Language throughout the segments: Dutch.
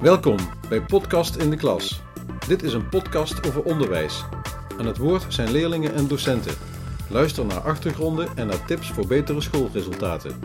Welkom bij Podcast in de Klas. Dit is een podcast over onderwijs. Aan het woord zijn leerlingen en docenten. Luister naar achtergronden en naar tips voor betere schoolresultaten.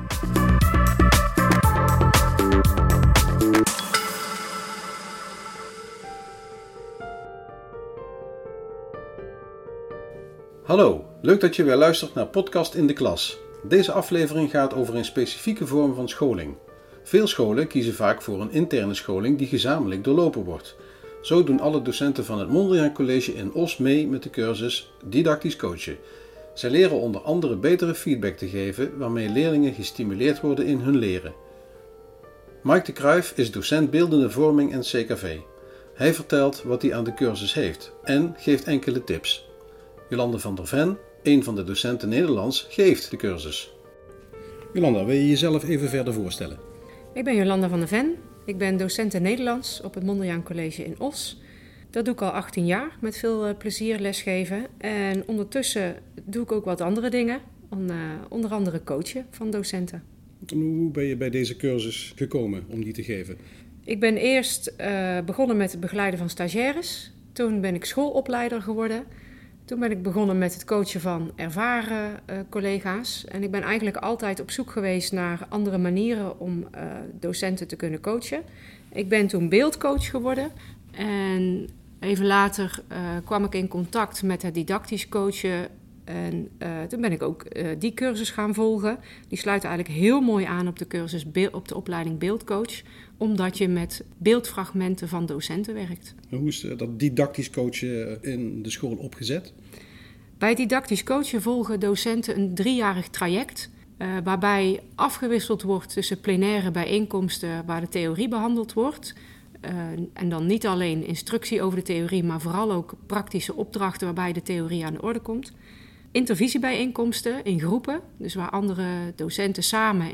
Hallo, leuk dat je weer luistert naar Podcast in de Klas. Deze aflevering gaat over een specifieke vorm van scholing. Veel scholen kiezen vaak voor een interne scholing die gezamenlijk doorlopen wordt. Zo doen alle docenten van het Mondriaan College in Os mee met de cursus Didactisch Coachen. Zij leren onder andere betere feedback te geven waarmee leerlingen gestimuleerd worden in hun leren. Mike de Kruijf is docent beeldende vorming en CKV. Hij vertelt wat hij aan de cursus heeft en geeft enkele tips. Jolanda van der Ven, een van de docenten Nederlands, geeft de cursus. Jolanda, wil je jezelf even verder voorstellen? Ik ben Jolanda van der Ven. Ik ben docent Nederlands op het Mondriaan College in Os. Dat doe ik al 18 jaar met veel plezier lesgeven. En ondertussen doe ik ook wat andere dingen. Onder andere coachen van docenten. Hoe ben je bij deze cursus gekomen om die te geven? Ik ben eerst begonnen met het begeleiden van stagiaires. Toen ben ik schoolopleider geworden. Toen ben ik begonnen met het coachen van ervaren collega's. En ik ben eigenlijk altijd op zoek geweest naar andere manieren om docenten te kunnen coachen. Ik ben toen beeldcoach geworden. En even later kwam ik in contact met het didactisch coachen. En toen ben ik ook die cursus gaan volgen. Die sluit eigenlijk heel mooi aan op de cursus op de opleiding beeldcoach. Omdat je met beeldfragmenten van docenten werkt. Hoe is dat didactisch coachen in de school opgezet? Bij didactisch coachen volgen docenten een 3-jarig traject. Waarbij afgewisseld wordt tussen plenaire bijeenkomsten waar de theorie behandeld wordt. En dan niet alleen instructie over de theorie, maar vooral ook praktische opdrachten waarbij de theorie aan de orde komt. Intervisiebijeenkomsten in groepen, dus waar andere docenten samen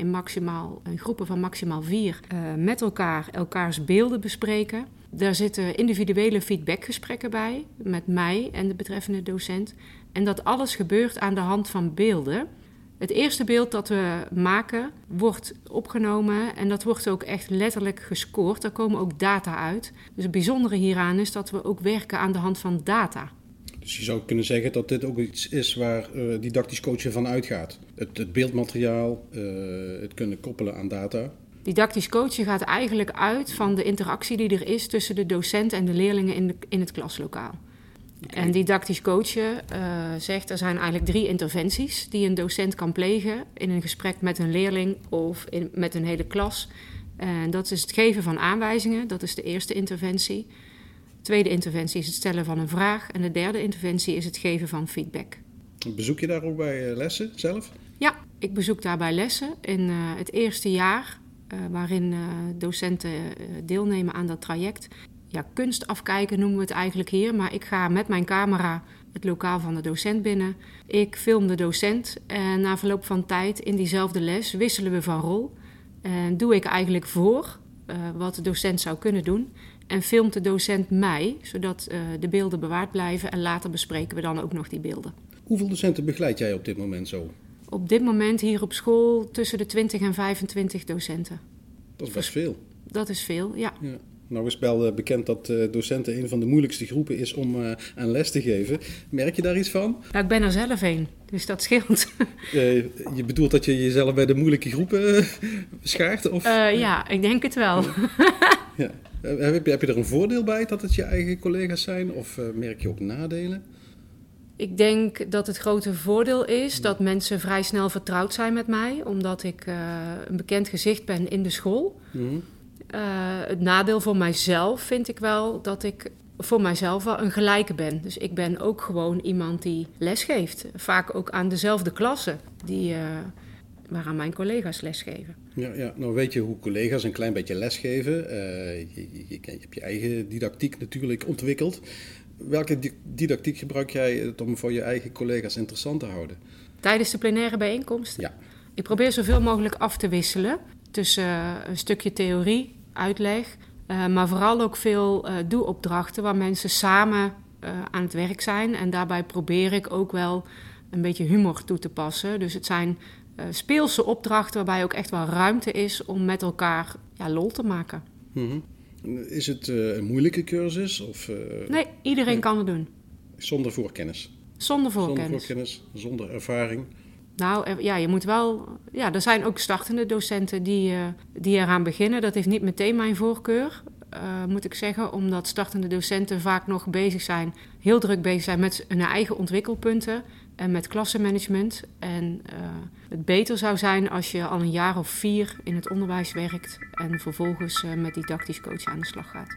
in groepen van maximaal 4 met elkaars beelden bespreken. Daar zitten individuele feedbackgesprekken bij met mij en de betreffende docent. En dat alles gebeurt aan de hand van beelden. Het eerste beeld dat we maken wordt opgenomen en dat wordt ook echt letterlijk gescoord. Daar komen ook data uit. Dus het bijzondere hieraan is dat we ook werken aan de hand van data. Dus je zou kunnen zeggen dat dit ook iets is waar didactisch coachen van uitgaat. Het beeldmateriaal, het kunnen koppelen aan data. Didactisch coachen gaat eigenlijk uit van de interactie die er is tussen de docent en de leerlingen in het klaslokaal. Okay. En didactisch coachen zegt er zijn eigenlijk 3 interventies die een docent kan plegen in een gesprek met een leerling of met een hele klas. En dat is het geven van aanwijzingen, dat is de eerste interventie. De tweede interventie is het stellen van een vraag. En de derde interventie is het geven van feedback. Bezoek je daar ook bij lessen zelf? Ja, ik bezoek daarbij lessen in het eerste jaar waarin docenten deelnemen aan dat traject. Ja, kunst afkijken noemen we het eigenlijk hier. Maar ik ga met mijn camera het lokaal van de docent binnen. Ik film de docent en na verloop van tijd in diezelfde les wisselen we van rol. En doe ik eigenlijk voor wat de docent zou kunnen doen. En filmt de docent mij, zodat de beelden bewaard blijven. En later bespreken we dan ook nog die beelden. Hoeveel docenten begeleid jij op dit moment zo? Op dit moment hier op school tussen de 20 en 25 docenten. Dat is best veel. Dat is veel, ja. Nou is wel bekend dat docenten een van de moeilijkste groepen is om aan les te geven. Merk je daar iets van? Nou, ik ben er zelf een, dus dat scheelt. Je bedoelt dat je jezelf bij de moeilijke groepen schaart? Of? Ja, ik denk het wel. Ja. Heb je er een voordeel bij dat het je eigen collega's zijn? Of merk je ook nadelen? Ik denk dat het grote voordeel is dat mensen vrij snel vertrouwd zijn met mij. Omdat ik een bekend gezicht ben in de school. Mm-hmm. Het nadeel voor mijzelf vind ik wel dat ik voor mijzelf wel een gelijke ben. Dus ik ben ook gewoon iemand die lesgeeft. Vaak ook aan dezelfde klassen waaraan mijn collega's lesgeven. Ja, nou weet je hoe collega's een klein beetje lesgeven. Je hebt je eigen didactiek natuurlijk ontwikkeld. Welke didactiek gebruik jij om voor je eigen collega's interessant te houden? Tijdens de plenaire bijeenkomst? Ja. Ik probeer zoveel mogelijk af te wisselen tussen een stukje theorie, uitleg, maar vooral ook veel doe-opdrachten waar mensen samen aan het werk zijn. En daarbij probeer ik ook wel een beetje humor toe te passen. Dus het zijn speelse opdrachten waarbij ook echt wel ruimte is om met elkaar lol te maken. Mm-hmm. Is het een moeilijke cursus? Of, Nee, iedereen kan het doen. Zonder voorkennis? Zonder voorkennis. Zonder voorkennis, zonder ervaring? Nou, je moet wel... Ja, er zijn ook startende docenten die eraan beginnen. Dat heeft niet meteen mijn voorkeur, moet ik zeggen. Omdat startende docenten vaak nog heel druk bezig zijn met hun eigen ontwikkelpunten en met klassenmanagement. En het beter zou zijn als je al een jaar of 4 in het onderwijs werkt en vervolgens met didactisch coachen aan de slag gaat.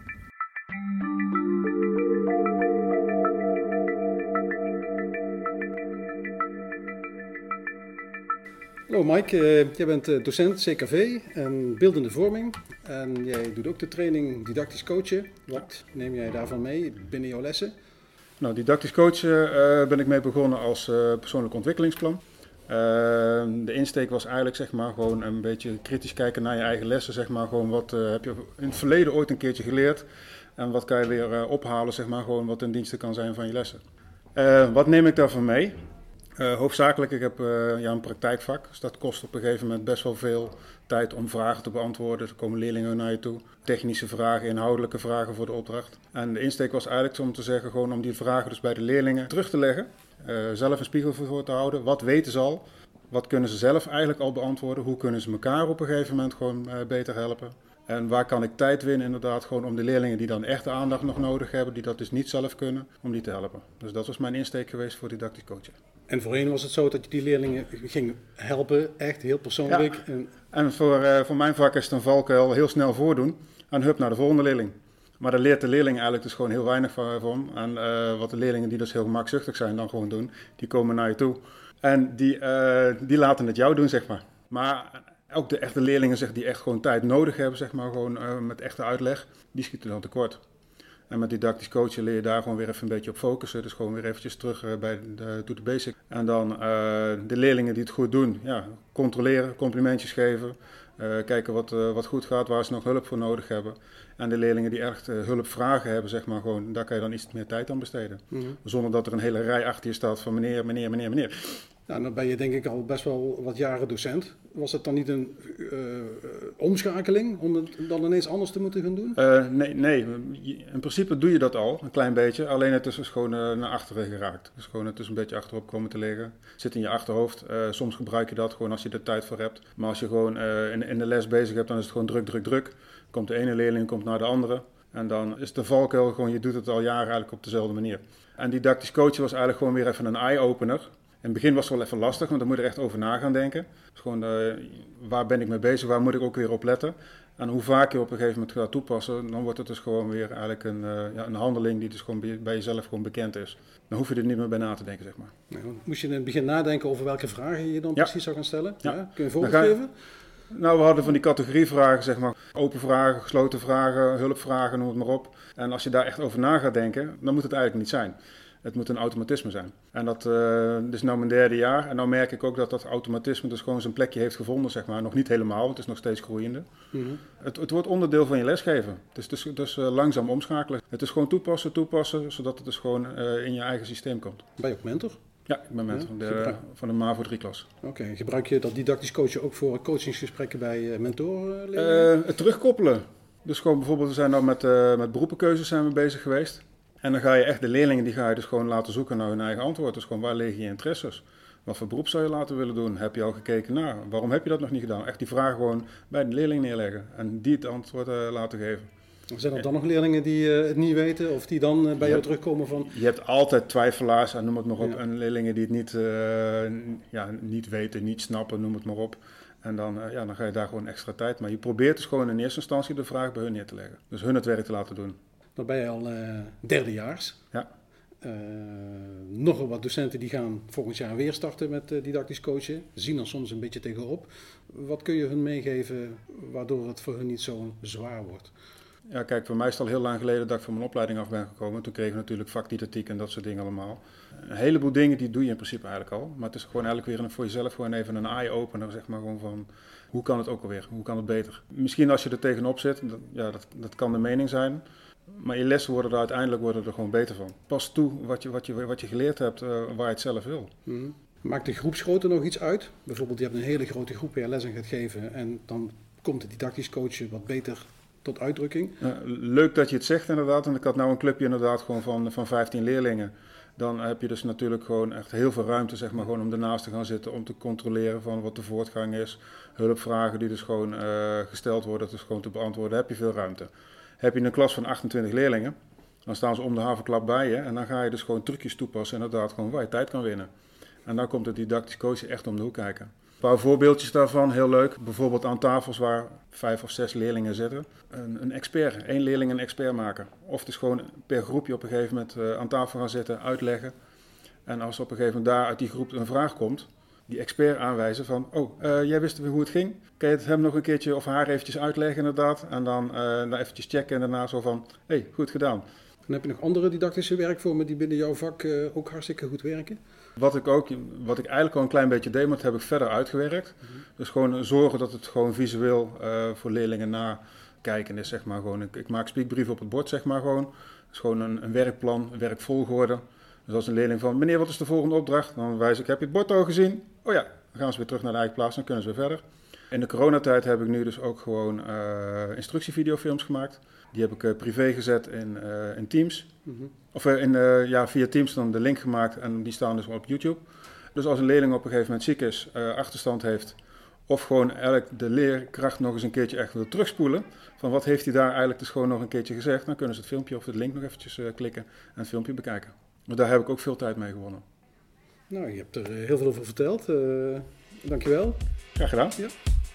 Hallo Mike, jij bent docent CKV en beeldende vorming. En jij doet ook de training didactisch coachen. Wat neem jij daarvan mee binnen jouw lessen? Nou, didactisch coachen ben ik mee begonnen als persoonlijk ontwikkelingsplan. De insteek was eigenlijk zeg maar gewoon een beetje kritisch kijken naar je eigen lessen. Zeg maar gewoon wat heb je in het verleden ooit een keertje geleerd en wat kan je weer ophalen, zeg maar gewoon wat ten dienste kan zijn van je lessen. Wat neem ik daarvan mee? Hoofdzakelijk, ik heb een praktijkvak, dus dat kost op een gegeven moment best wel veel tijd om vragen te beantwoorden. Er komen leerlingen naar je toe, technische vragen, inhoudelijke vragen voor de opdracht. En de insteek was eigenlijk om te zeggen, gewoon om die vragen dus bij de leerlingen terug te leggen. Zelf een spiegel voor te houden, wat weten ze al, wat kunnen ze zelf eigenlijk al beantwoorden, hoe kunnen ze elkaar op een gegeven moment gewoon beter helpen. En waar kan ik tijd winnen inderdaad gewoon om de leerlingen die dan echt de aandacht nog nodig hebben, die dat dus niet zelf kunnen, om die te helpen. Dus dat was mijn insteek geweest voor didactisch coachen. En voorheen was het zo dat je die leerlingen ging helpen, echt heel persoonlijk. Ja. En voor mijn vak is het een valkuil heel snel voordoen en hup naar de volgende leerling. Maar daar leert de leerling eigenlijk dus gewoon heel weinig van. En wat de leerlingen die dus heel gemakzuchtig zijn dan gewoon doen, die komen naar je toe. En die laten het jou doen, zeg maar. Maar ook de echte leerlingen zeg, die echt gewoon tijd nodig hebben, zeg maar, gewoon met echte uitleg, die schieten dan tekort. En met didactisch coachen leer je daar gewoon weer even een beetje op focussen. Dus gewoon weer eventjes terug bij to the basic. En dan de leerlingen die het goed doen, ja, controleren, complimentjes geven. Kijken wat goed gaat, waar ze nog hulp voor nodig hebben. En de leerlingen die echt hulpvragen hebben, zeg maar, gewoon, daar kan je dan iets meer tijd aan besteden. Mm-hmm. Zonder dat er een hele rij achter je staat van meneer. Nou, dan ben je denk ik al best wel wat jaren docent. Was het dan niet een omschakeling om het dan ineens anders te moeten gaan doen? Nee. In principe doe je dat al, een klein beetje. Alleen het is dus gewoon naar achteren geraakt. Dus gewoon het is een beetje achterop komen te liggen. Zit in je achterhoofd. Soms gebruik je dat gewoon als je er tijd voor hebt. Maar als je gewoon in de les bezig hebt, dan is het gewoon druk. Komt de ene leerling naar de andere. En dan is de valkuil gewoon, je doet het al jaren eigenlijk op dezelfde manier. En didactisch coachen was eigenlijk gewoon weer even een eye-opener. In het begin was het wel even lastig, want dan moet je er echt over na gaan denken. Dus gewoon, waar ben ik mee bezig, waar moet ik ook weer op letten? En hoe vaak je op een gegeven moment gaat toepassen, dan wordt het dus gewoon weer eigenlijk een handeling die dus gewoon bij jezelf gewoon bekend is. Dan hoef je er niet meer bij na te denken, zeg maar. Nou, moest je in het begin nadenken over welke vragen je dan precies zou gaan stellen? Ja. Ja? Kun je een voorbeeld geven? Nou, we hadden van die categorievragen, zeg maar, open vragen, gesloten vragen, hulpvragen, noem het maar op. En als je daar echt over na gaat denken, dan moet het eigenlijk niet zijn. Het moet een automatisme zijn. En dat is nu mijn 3e jaar. En nu merk ik ook dat automatisme dus gewoon zijn plekje heeft gevonden, zeg maar. Nog niet helemaal, want het is nog steeds groeiende. Mm-hmm. Het wordt onderdeel van je lesgeven. Het is dus langzaam omschakelen. Het is gewoon toepassen, zodat het dus gewoon in je eigen systeem komt. Ben je ook mentor? Ja, ik ben mentor van de MAVO 3-klas. Oké, gebruik je dat didactisch coachen ook voor coachingsgesprekken bij mentorleerlingen? Het terugkoppelen. Dus gewoon bijvoorbeeld, we zijn nou met beroepenkeuzes zijn we bezig geweest. En dan ga je echt de leerlingen, die ga je dus gewoon laten zoeken naar hun eigen antwoord. Dus gewoon, waar liggen je interesses? Wat voor beroep zou je laten willen doen? Heb je al gekeken naar? Waarom heb je dat nog niet gedaan? Echt die vraag gewoon bij de leerling neerleggen en die het antwoord laten geven. Zijn er dan nog leerlingen die het niet weten of die dan bij jou terugkomen van... Je hebt altijd twijfelaars en noem het maar op. Ja. En leerlingen die het niet weten, niet snappen, noem het maar op. En dan ga je daar gewoon extra tijd. Maar je probeert dus gewoon in eerste instantie de vraag bij hun neer te leggen. Dus hun het werk te laten doen. Dan ben je al 3e-jaars. Ja. Nogal wat docenten die gaan volgend jaar weer starten met didactisch coachen. Zien er soms een beetje tegenop. Wat kun je hun meegeven waardoor het voor hun niet zo zwaar wordt? Ja, kijk, voor mij is het al heel lang geleden dat ik van mijn opleiding af ben gekomen. Toen kregen we natuurlijk vakdidactiek en dat soort dingen allemaal. Een heleboel dingen die doe je in principe eigenlijk al. Maar het is gewoon eigenlijk weer voor jezelf gewoon even een eye-opener, zeg maar, gewoon van hoe kan het ook alweer? Hoe kan het beter? Misschien als je er tegenop zit, dat kan de mening zijn. Maar je lessen worden er uiteindelijk er gewoon beter van. Pas toe wat je geleerd hebt waar je het zelf wil. Mm-hmm. Maakt de groepsgrootte nog iets uit? Bijvoorbeeld je hebt een hele grote groep waar je les aan gaat geven en dan komt de didactisch coachen wat beter tot uitdrukking? Leuk dat je het zegt inderdaad. En ik had nou een clubje inderdaad gewoon van 15 leerlingen. Dan heb je dus natuurlijk gewoon echt heel veel ruimte, zeg maar, gewoon om ernaast te gaan zitten, om te controleren van wat de voortgang is. Hulpvragen die dus gewoon gesteld worden, dus gewoon te beantwoorden, heb je veel ruimte. Heb je een klas van 28 leerlingen, dan staan ze om de haverklap bij je en dan ga je dus gewoon trucjes toepassen, inderdaad, gewoon waar je tijd kan winnen. En dan komt de didactisch coach echt om de hoek kijken. Een paar voorbeeldjes daarvan, heel leuk. Bijvoorbeeld aan tafels waar 5 of 6 leerlingen zitten. Een expert, 1 leerling een expert maken. Of dus gewoon per groepje op een gegeven moment aan tafel gaan zitten, uitleggen. En als op een gegeven moment daar uit die groep een vraag komt, die expert aanwijzen van, jij wist hoe het ging. Kan je het hem nog een keertje of haar eventjes uitleggen inderdaad. En dan eventjes checken en daarna zo van, goed gedaan. En heb je nog andere didactische werkvormen die binnen jouw vak ook hartstikke goed werken? Wat ik eigenlijk al een klein beetje deed, maar dat heb ik verder uitgewerkt. Mm-hmm. Dus gewoon zorgen dat het gewoon visueel voor leerlingen nakijken is, zeg maar gewoon. Ik maak speakbrieven op het bord, zeg maar gewoon. Dus gewoon een werkplan, een werkvolgorde. Dus als een leerling van, meneer, wat is de volgende opdracht? Dan wijs ik, heb je het bord al gezien? Oh ja, dan gaan ze weer terug naar de eigen plaats, dan kunnen ze weer verder. In de coronatijd heb ik nu dus ook gewoon instructievideofilms gemaakt. Die heb ik privé gezet in Teams. Mm-hmm. Of via Teams dan de link gemaakt en die staan dus op YouTube. Dus als een leerling op een gegeven moment ziek is, achterstand heeft, of gewoon eigenlijk de leerkracht nog eens een keertje echt wil terugspoelen, van wat heeft hij daar eigenlijk dus gewoon nog een keertje gezegd, dan kunnen ze het filmpje of de link nog eventjes klikken en het filmpje bekijken. Maar daar heb ik ook veel tijd mee gewonnen. Nou, je hebt er heel veel over verteld. Dankjewel. Graag gedaan. Ja.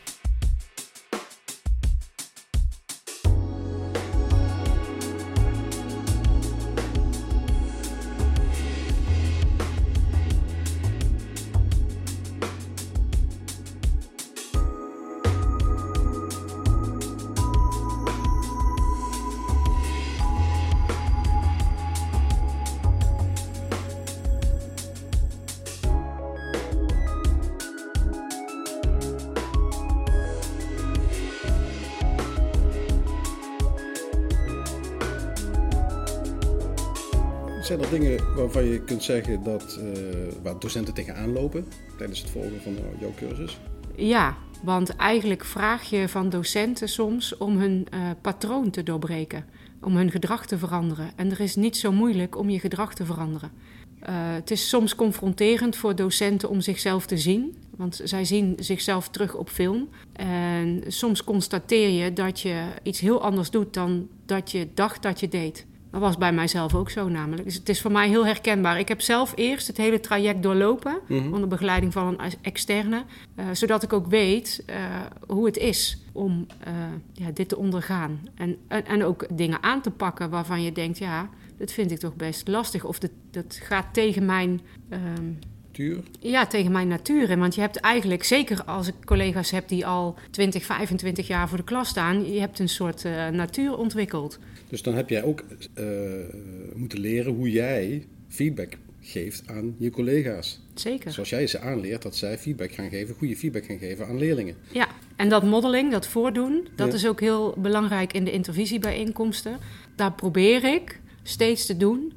Zijn er dingen waarvan je kunt zeggen dat waar docenten tegenaan lopen tijdens het volgen van jouw cursus? Ja, want eigenlijk vraag je van docenten soms om hun patroon te doorbreken. Om hun gedrag te veranderen. En er is niet zo moeilijk om je gedrag te veranderen. Het is soms confronterend voor docenten om zichzelf te zien. Want zij zien zichzelf terug op film. En soms constateer je dat je iets heel anders doet dan dat je dacht dat je deed. Dat was bij mijzelf ook zo namelijk. Dus het is voor mij heel herkenbaar. Ik heb zelf eerst het hele traject doorlopen, onder begeleiding van een externe. Zodat ik ook weet hoe het is om dit te ondergaan. En ook dingen aan te pakken waarvan je denkt, ja, dat vind ik toch best lastig. Of dat gaat tegen mijn... natuur? Ja, tegen mijn natuur. En want je hebt eigenlijk, zeker als ik collega's heb die al 20, 25 jaar voor de klas staan, je hebt een soort natuur ontwikkeld. Dus dan heb jij ook moeten leren hoe jij feedback geeft aan je collega's. Zeker. Zoals jij ze aanleert dat zij feedback gaan geven, goede feedback gaan geven aan leerlingen. Ja, en dat modeling, dat voordoen, dat is ook heel belangrijk in de intervisiebijeenkomsten. Daar probeer ik steeds te doen.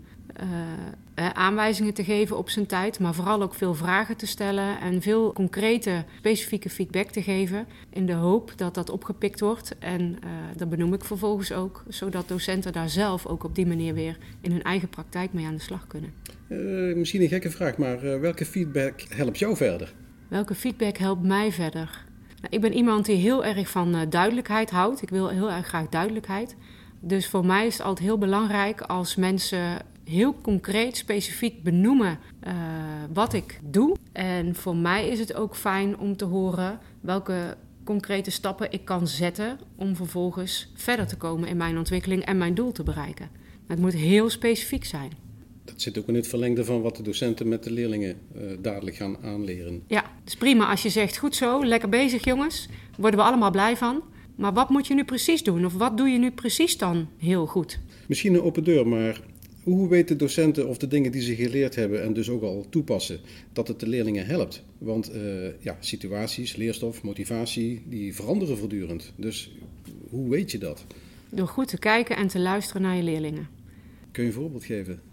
Aanwijzingen te geven op zijn tijd, maar vooral ook veel vragen te stellen en veel concrete, specifieke feedback te geven in de hoop dat dat opgepikt wordt. En dat benoem ik vervolgens ook, zodat docenten daar zelf ook op die manier weer in hun eigen praktijk mee aan de slag kunnen. Misschien een gekke vraag, maar welke feedback helpt jou verder? Welke feedback helpt mij verder? Nou, ik ben iemand die heel erg van duidelijkheid houdt. Ik wil heel erg graag duidelijkheid. Dus voor mij is het altijd heel belangrijk als mensen heel concreet, specifiek benoemen wat ik doe. En voor mij is het ook fijn om te horen welke concrete stappen ik kan zetten om vervolgens verder te komen in mijn ontwikkeling en mijn doel te bereiken. Het moet heel specifiek zijn. Dat zit ook in het verlengde van wat de docenten met de leerlingen dadelijk gaan aanleren. Ja, het is prima als je zegt, goed zo, lekker bezig jongens, daar worden we allemaal blij van. Maar wat moet je nu precies doen? Of wat doe je nu precies dan heel goed? Misschien een open deur, maar hoe weten docenten of de dingen die ze geleerd hebben en dus ook al toepassen, dat het de leerlingen helpt? Want situaties, leerstof, motivatie, die veranderen voortdurend. Dus hoe weet je dat? Door goed te kijken en te luisteren naar je leerlingen. Kun je een voorbeeld geven?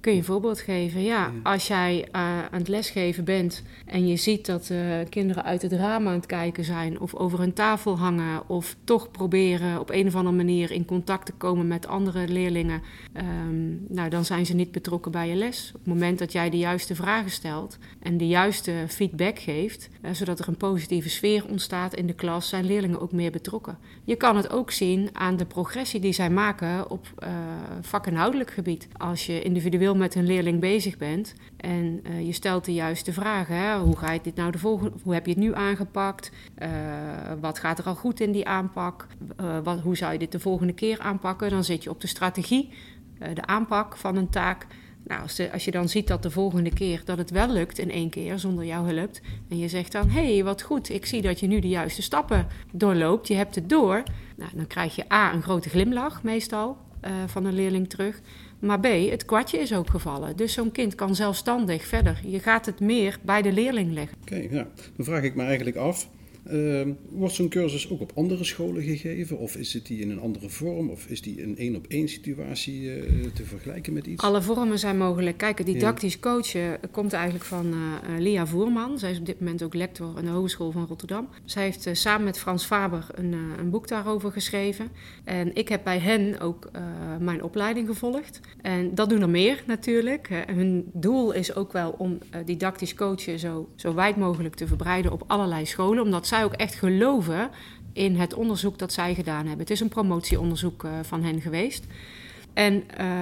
Kun je een voorbeeld geven? Ja, als jij aan het lesgeven bent en je ziet dat kinderen uit het raam aan het kijken zijn of over een tafel hangen of toch proberen op een of andere manier in contact te komen met andere leerlingen, dan zijn ze niet betrokken bij je les. Op het moment dat jij de juiste vragen stelt en de juiste feedback geeft, zodat er een positieve sfeer ontstaat in de klas, zijn leerlingen ook meer betrokken. Je kan het ook zien aan de progressie die zij maken op vakinhoudelijk gebied. Als je individueel met een leerling bezig bent en je stelt de juiste vragen. Hè? Hoe ga je dit nou hoe heb je het nu aangepakt? Wat gaat er al goed in die aanpak? Hoe zou je dit de volgende keer aanpakken? Dan zit je op de strategie, de aanpak van een taak. Nou, als je dan ziet dat de volgende keer dat het wel lukt in 1 keer zonder jouw hulp. En je zegt dan, hey, wat goed, ik zie dat je nu de juiste stappen doorloopt. Je hebt het door. Nou, dan krijg je A, een grote glimlach meestal van een leerling terug. Maar B, het kwartje is ook gevallen. Dus zo'n kind kan zelfstandig verder. Je gaat het meer bij de leerling leggen. Oké, ja. Dan vraag ik me eigenlijk af. Wordt zo'n cursus ook op andere scholen gegeven? Of is het die in een andere vorm? Of is die een 1-op-1 situatie te vergelijken met iets? Alle vormen zijn mogelijk. Kijk, het didactisch coachen komt eigenlijk van Lia Voerman. Zij is op dit moment ook lector aan de Hogeschool van Rotterdam. Zij heeft samen met Frans Faber een boek daarover geschreven. En ik heb bij hen ook mijn opleiding gevolgd. En dat doen er meer natuurlijk. Hun doel is ook wel om didactisch coachen zo wijd mogelijk te verbreiden op allerlei scholen. Omdat zij ook echt geloven in het onderzoek dat zij gedaan hebben. Het is een promotieonderzoek van hen geweest. En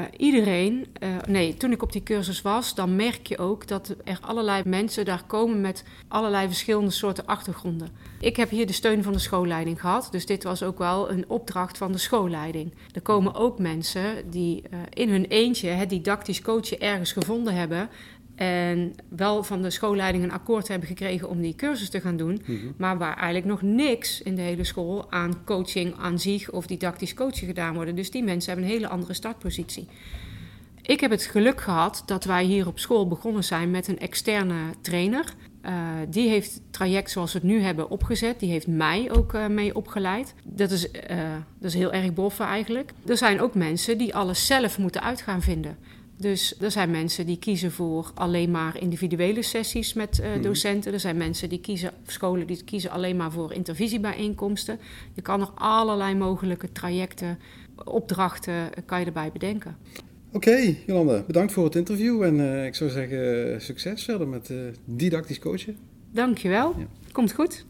toen ik op die cursus was, dan merk je ook dat er allerlei mensen daar komen met allerlei verschillende soorten achtergronden. Ik heb hier de steun van de schoolleiding gehad, dus dit was ook wel een opdracht van de schoolleiding. Er komen ook mensen die in hun eentje het didactisch coachen ergens gevonden hebben en wel van de schoolleiding een akkoord hebben gekregen om die cursus te gaan doen, maar waar eigenlijk nog niks in de hele school aan coaching aan zich of didactisch coachen gedaan worden. Dus die mensen hebben een hele andere startpositie. Ik heb het geluk gehad dat wij hier op school begonnen zijn met een externe trainer. Die heeft het traject zoals we het nu hebben opgezet. Die heeft mij ook mee opgeleid. Dat is heel erg boffen eigenlijk. Er zijn ook mensen die alles zelf moeten uit gaan vinden. Dus er zijn mensen die kiezen voor alleen maar individuele sessies met docenten. Er zijn mensen scholen die kiezen alleen maar voor intervisiebijeenkomsten. Je kan er allerlei mogelijke trajecten, opdrachten kan je erbij bedenken. Oké, Jolanda, bedankt voor het interview en ik zou zeggen succes verder met didactisch coachen. Dankjewel, Komt goed.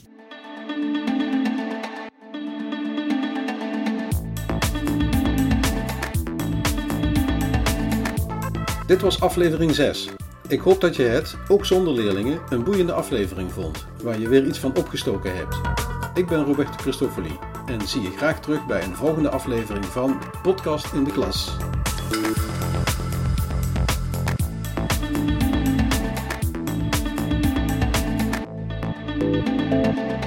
Dit was aflevering 6. Ik hoop dat je het, ook zonder leerlingen, een boeiende aflevering vond, waar je weer iets van opgestoken hebt. Ik ben Robert Christofoli en zie je graag terug bij een volgende aflevering van Podcast in de Klas.